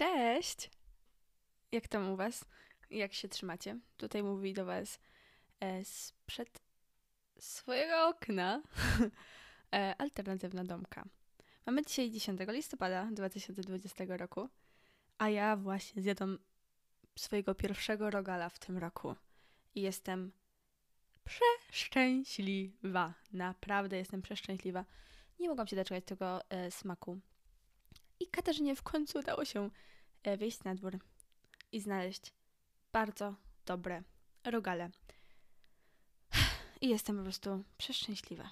Cześć! Jak tam u was? Jak się trzymacie? Tutaj mówi do was sprzed swojego okna alternatywna domka. Mamy dzisiaj 10 listopada 2020 roku, a ja właśnie zjadłam swojego pierwszego rogala w tym roku. I jestem przeszczęśliwa. Naprawdę jestem przeszczęśliwa. Nie mogłam się doczekać tego smaku. I Katarzynie w końcu udało się wyjść na dwór i znaleźć bardzo dobre rogale. I jestem po prostu przeszczęśliwa.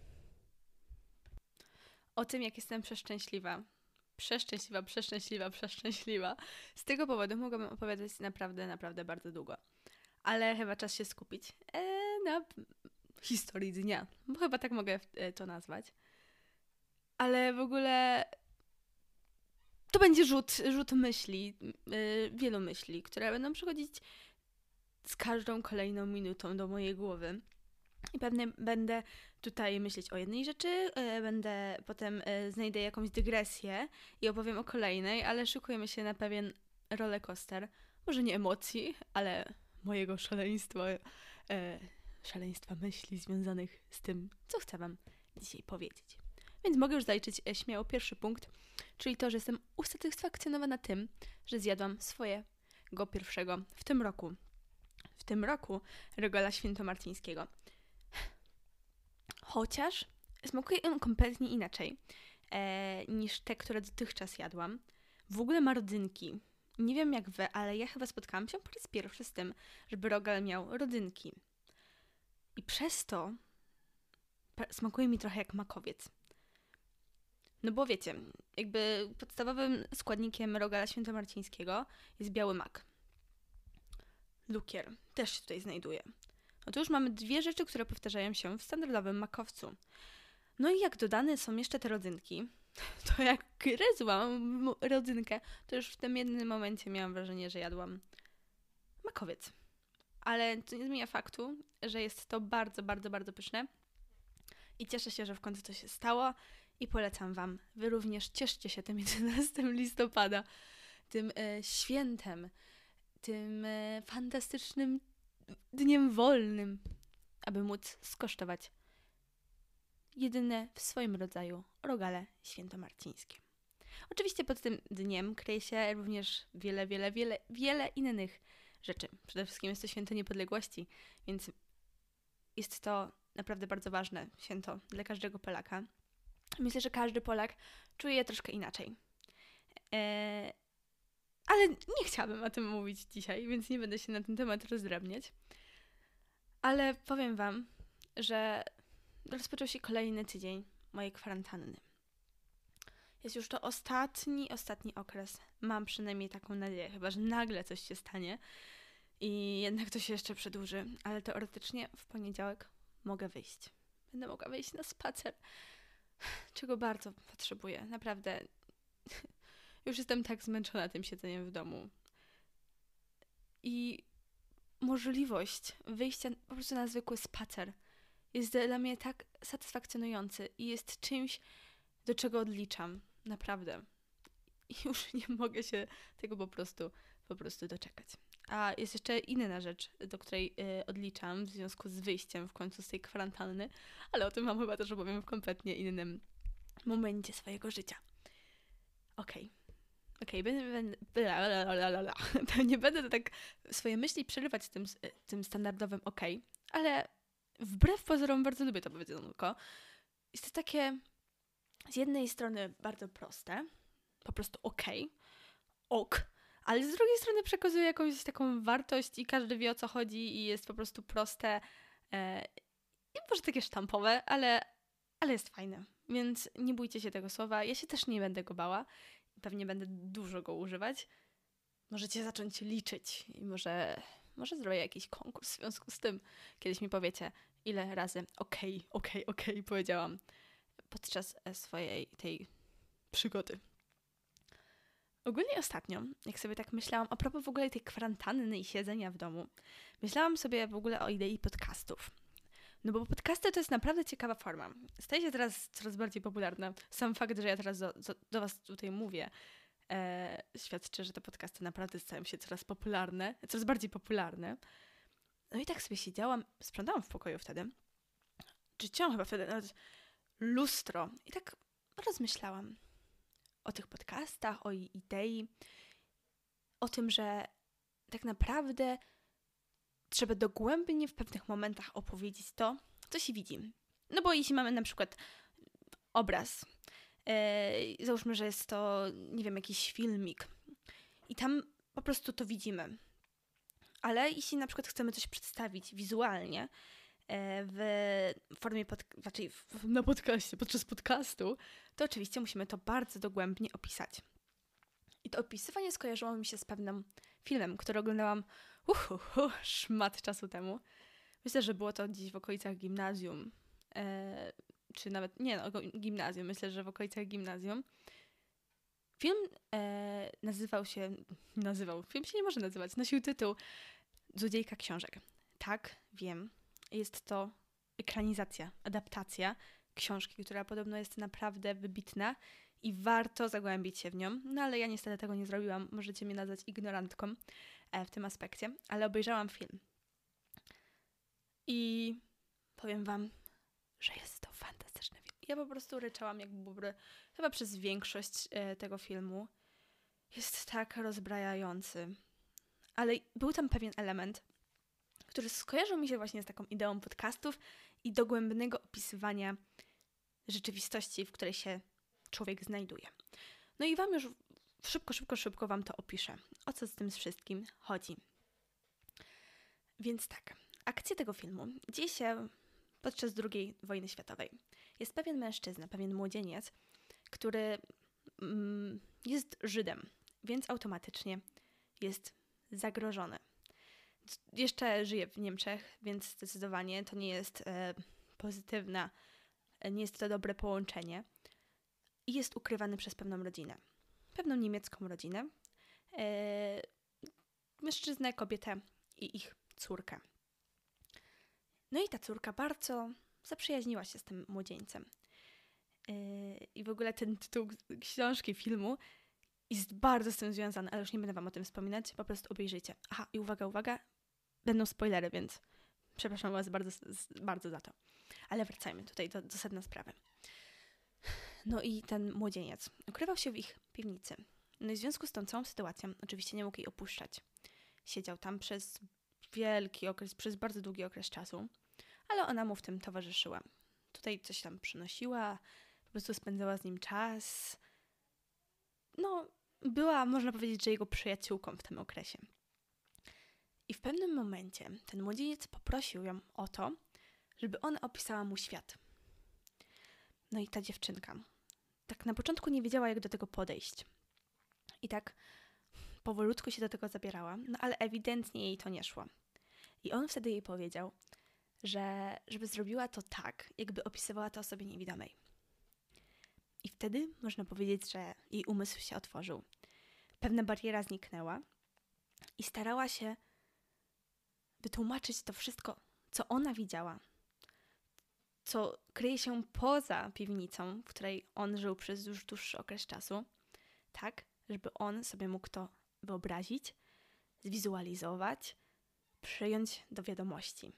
O tym, jak jestem przeszczęśliwa. Przeszczęśliwa. Z tego powodu mogłabym opowiadać naprawdę bardzo długo. Ale chyba czas się skupić na historii dnia. Bo chyba tak mogę to nazwać. Ale w ogóle to będzie rzut myśli, wielu myśli, które będą przychodzić z każdą kolejną minutą do mojej głowy. I pewnie będę tutaj myśleć o jednej rzeczy, potem znajdę jakąś dygresję i opowiem o kolejnej, ale szykujemy się na pewien rollercoaster. Może nie emocji, ale mojego szaleństwa myśli związanych z tym, co chcę wam dzisiaj powiedzieć. Więc mogę już zaliczyć śmiało pierwszy punkt, czyli to, że jestem usatysfakcjonowana tym, że zjadłam swojego pierwszego w tym roku rogala świętomarcińskiego. Chociaż smakuje on kompletnie inaczej niż te, które dotychczas jadłam. W ogóle ma rodzynki. Nie wiem jak wy, ale ja chyba spotkałam się po raz pierwszy z tym, żeby rogal miał rodzynki. I przez to smakuje mi trochę jak makowiec. No bo wiecie, jakby podstawowym składnikiem rogala świętomarcińskiego jest biały mak. Lukier też się tutaj znajduje. Otóż mamy dwie rzeczy, które powtarzają się w standardowym makowcu. No i jak dodane są jeszcze te rodzynki, to jak gryzłam rodzynkę, to już w tym jednym momencie miałam wrażenie, że jadłam makowiec. Ale to nie zmienia faktu, że jest to bardzo pyszne. I cieszę się, że w końcu to się stało i polecam wam. Wy również cieszcie się tym 11 listopada, tym świętem, tym fantastycznym dniem wolnym, aby móc skosztować jedyne w swoim rodzaju rogale świętomarcińskie. Oczywiście pod tym dniem kryje się również wiele innych rzeczy. Przede wszystkim jest to święto niepodległości, więc jest to naprawdę bardzo ważne święto dla każdego Polaka. Myślę, że każdy Polak czuje je troszkę inaczej. Ale nie chciałabym o tym mówić dzisiaj, więc nie będę się na ten temat rozdrabniać. Ale powiem wam, że rozpoczął się kolejny tydzień mojej kwarantanny. Jest już to ostatni okres. Mam przynajmniej taką nadzieję, chyba że nagle coś się stanie i jednak to się jeszcze przedłuży. Ale teoretycznie w poniedziałek mogę wyjść. Będę mogła wyjść na spacer, czego bardzo potrzebuję. Naprawdę. Już jestem tak zmęczona tym siedzeniem w domu. I możliwość wyjścia po prostu na zwykły spacer jest dla mnie tak satysfakcjonujący i jest czymś, do czego odliczam. Naprawdę. I już nie mogę się tego po prostu doczekać. A jest jeszcze inna rzecz, do której odliczam w związku z wyjściem w końcu z tej kwarantanny, ale o tym wam chyba też opowiem w kompletnie innym momencie swojego życia. Okej, nie będę to tak swoje myśli przerywać z tym standardowym ale wbrew pozorom bardzo lubię to powiedzonko. Jest to takie z jednej strony bardzo proste, po prostu ale z drugiej strony przekazuje jakąś taką wartość i każdy wie o co chodzi i jest po prostu proste i może takie sztampowe, ale jest fajne. Więc nie bójcie się tego słowa. Ja się też nie będę go bała. Pewnie będę dużo go używać. Możecie zacząć liczyć i może zrobię jakiś konkurs w związku z tym. Kiedyś mi powiecie, ile razy okej powiedziałam podczas swojej tej przygody. Ogólnie ostatnio, jak sobie tak myślałam, a propos w ogóle tej kwarantanny i siedzenia w domu, myślałam sobie w ogóle o idei podcastów. No bo podcasty to jest naprawdę ciekawa forma. Staje się teraz coraz bardziej popularna. Sam fakt, że ja teraz do was tutaj mówię, świadczy, że te podcasty naprawdę stają się coraz bardziej popularne. No i tak sobie siedziałam, sprzątałam w pokoju wtedy, czyściłam chyba wtedy nawet lustro i tak rozmyślałam o tych podcastach, o idei, o tym, że tak naprawdę trzeba dogłębnie w pewnych momentach opowiedzieć to, co się widzi. No bo jeśli mamy na przykład obraz, załóżmy, że jest to, nie wiem, jakiś filmik i tam po prostu to widzimy. Ale jeśli na przykład chcemy coś przedstawić wizualnie w formie, na podcaście, podczas podcastu, to oczywiście musimy to bardzo dogłębnie opisać. I to opisywanie skojarzyło mi się z pewnym filmem, który oglądałam szmat czasu temu. Myślę, że było to gdzieś w okolicach gimnazjum. Czy nawet, gimnazjum. Myślę, że w okolicach gimnazjum. Film film się nie może nazywać, nosił tytuł Złodziejka książek. Tak, wiem. Jest to ekranizacja, adaptacja książki, która podobno jest naprawdę wybitna i warto zagłębić się w nią. No ale ja niestety tego nie zrobiłam. Możecie mnie nazwać ignorantką w tym aspekcie. Ale obejrzałam film. I powiem wam, że jest to fantastyczny film. Ja po prostu ryczałam jak bubry chyba przez większość tego filmu. Jest tak rozbrajający. Ale był tam pewien element, który skojarzył mi się właśnie z taką ideą podcastów i dogłębnego opisywania rzeczywistości, w której się człowiek znajduje. No i wam już szybko wam to opiszę. O co z tym wszystkim chodzi. Więc tak, akcja tego filmu dzieje się podczas II wojny światowej. Jest pewien mężczyzna, pewien młodzieniec, który jest Żydem, więc automatycznie jest zagrożony. Jeszcze żyje w Niemczech, więc zdecydowanie to nie jest pozytywna, nie jest to dobre połączenie. I jest ukrywany przez pewną rodzinę. Pewną niemiecką rodzinę. Mężczyznę, kobietę i ich córkę. No i ta córka bardzo zaprzyjaźniła się z tym młodzieńcem. I w ogóle ten tytuł książki, filmu jest bardzo z tym związany, ale już nie będę wam o tym wspominać, po prostu obejrzyjcie. Aha, i uwaga, będą spoilery, więc przepraszam was bardzo za to. Ale wracajmy tutaj do sedna sprawy. No i ten młodzieniec ukrywał się w ich piwnicy. No i w związku z tą całą sytuacją oczywiście nie mógł jej opuszczać. Siedział tam przez bardzo długi okres czasu, ale ona mu w tym towarzyszyła. Tutaj coś tam przynosiła, po prostu spędzała z nim czas. No, była, można powiedzieć, że jego przyjaciółką w tym okresie. I w pewnym momencie ten młodzieniec poprosił ją o to, żeby ona opisała mu świat. No i ta dziewczynka tak na początku nie wiedziała, jak do tego podejść. I tak powolutku się do tego zabierała, no ale ewidentnie jej to nie szło. I on wtedy jej powiedział, że żeby zrobiła to tak, jakby opisywała to osobie niewidomej. I wtedy można powiedzieć, że jej umysł się otworzył. Pewna bariera zniknęła i starała się wytłumaczyć to wszystko, co ona widziała, co kryje się poza piwnicą, w której on żył przez już dłuższy okres czasu, tak, żeby on sobie mógł to wyobrazić, zwizualizować, przyjąć do wiadomości.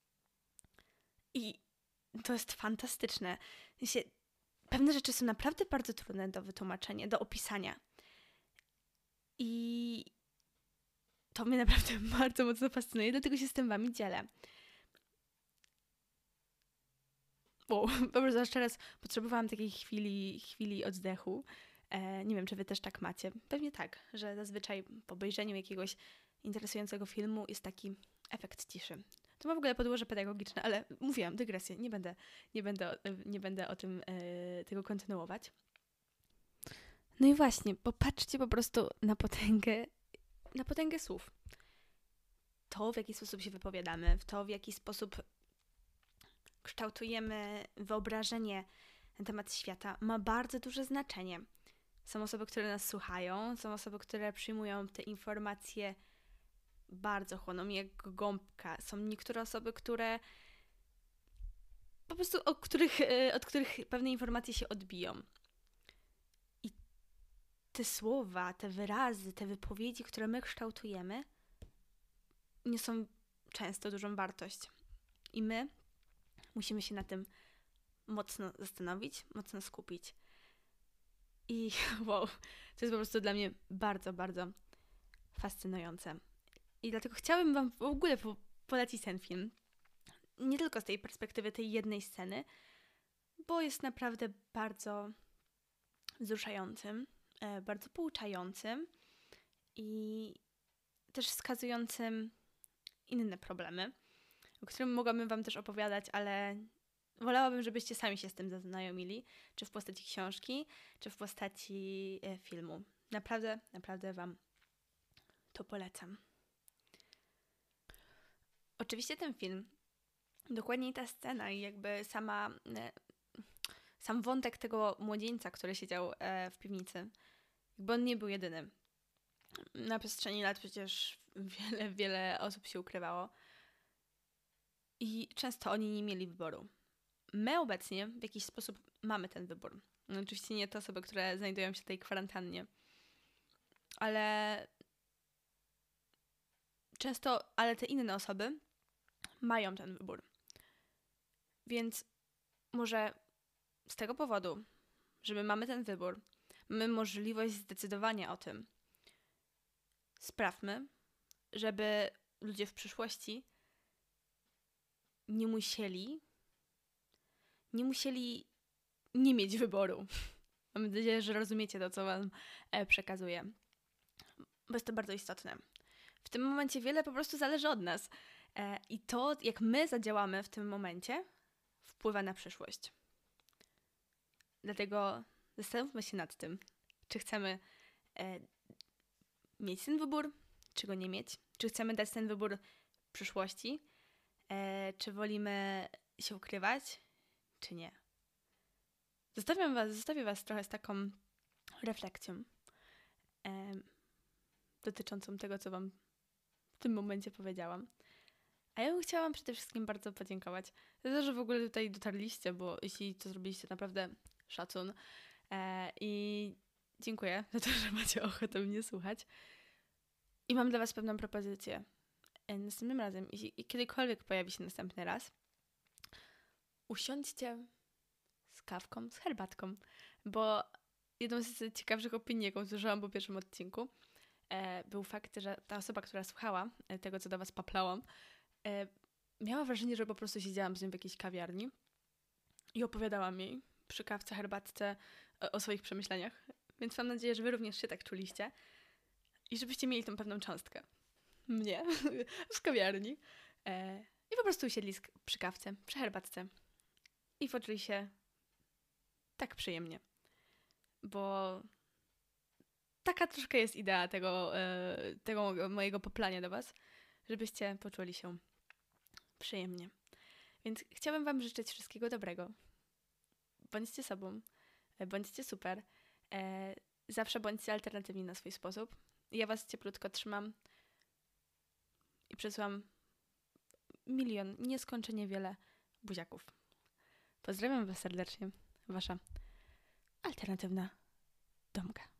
I to jest fantastyczne. Pewne rzeczy są naprawdę bardzo trudne do wytłumaczenia, do opisania. I to mnie naprawdę bardzo mocno fascynuje, dlatego się z tym wami dzielę. Po prostu aż teraz potrzebowałam takiej chwili oddechu. Nie wiem, czy wy też tak macie. Pewnie tak, że zazwyczaj po obejrzeniu jakiegoś interesującego filmu jest taki efekt ciszy. To ma w ogóle podłoże pedagogiczne, ale mówiłam, dygresję, nie będę o tym tego kontynuować. No i właśnie, popatrzcie po prostu na potęgę słów. To, w jaki sposób się wypowiadamy, w to, w jaki sposób kształtujemy wyobrażenie na temat świata, ma bardzo duże znaczenie. Są osoby, które nas słuchają, są osoby, które przyjmują te informacje bardzo chłoną, jak gąbka. Są niektóre osoby, które po prostu, od których pewne informacje się odbiją. I te słowa, te wyrazy, te wypowiedzi, które my kształtujemy, niosą często dużą wartość. I my musimy się na tym mocno zastanowić, mocno skupić. I wow, to jest po prostu dla mnie bardzo, bardzo fascynujące. I dlatego chciałabym wam w ogóle polecić ten film. Nie tylko z tej perspektywy tej jednej sceny, bo jest naprawdę bardzo wzruszającym, bardzo pouczającym i też wskazującym inne problemy, o którym mogłabym wam też opowiadać, ale wolałabym, żebyście sami się z tym zaznajomili, czy w postaci książki, czy w postaci filmu. Naprawdę, naprawdę wam to polecam. Oczywiście ten film, dokładniej ta scena i jakby sam wątek tego młodzieńca, który siedział w piwnicy, jakby on nie był jedyny. Na przestrzeni lat przecież wiele osób się ukrywało i często oni nie mieli wyboru. My obecnie w jakiś sposób mamy ten wybór. No, oczywiście nie te osoby, które znajdują się w tej kwarantannie, ale te inne osoby mają ten wybór. Więc może z tego powodu, że my mamy ten wybór, mamy możliwość zdecydowania o tym, sprawmy, żeby ludzie w przyszłości nie musieli nie mieć wyboru. Mam nadzieję, że rozumiecie to, co wam przekazuję. Bo jest to bardzo istotne. W tym momencie wiele po prostu zależy od nas. I to, jak my zadziałamy w tym momencie, wpływa na przyszłość. Dlatego zastanówmy się nad tym, czy chcemy mieć ten wybór, czy go nie mieć. Czy chcemy dać ten wybór przyszłości, czy wolimy się ukrywać, czy nie. Zostawię was trochę z taką refleksją dotyczącą tego, co wam w tym momencie powiedziałam. A ja bym chciała wam przede wszystkim bardzo podziękować za to, że w ogóle tutaj dotarliście, bo jeśli to zrobiliście, naprawdę szacun. I dziękuję za to, że macie ochotę mnie słuchać. I mam dla was pewną propozycję. Następnym razem, jeśli kiedykolwiek pojawi się następny raz, usiądźcie z kawką, z herbatką, bo jedną z ciekawszych opinii, jaką słyszałam po pierwszym odcinku, był fakt, że ta osoba, która słuchała tego, co do was paplałam, miała wrażenie, że po prostu siedziałam z nią w jakiejś kawiarni i opowiadałam jej przy kawce, herbatce o swoich przemyśleniach. Więc mam nadzieję, że wy również się tak czuliście i żebyście mieli tą pewną cząstkę mnie w kawiarni i po prostu usiedli przy kawce, przy herbatce i poczuli się tak przyjemnie, bo taka troszkę jest idea tego mojego poplania do was, żebyście poczuli się przyjemnie. Więc chciałabym wam życzyć wszystkiego dobrego. Bądźcie sobą, bądźcie super, zawsze bądźcie alternatywni na swój sposób. Ja was cieplutko trzymam i przesyłam nieskończenie wiele buziaków. Pozdrawiam was serdecznie, wasza alternatywna Domka.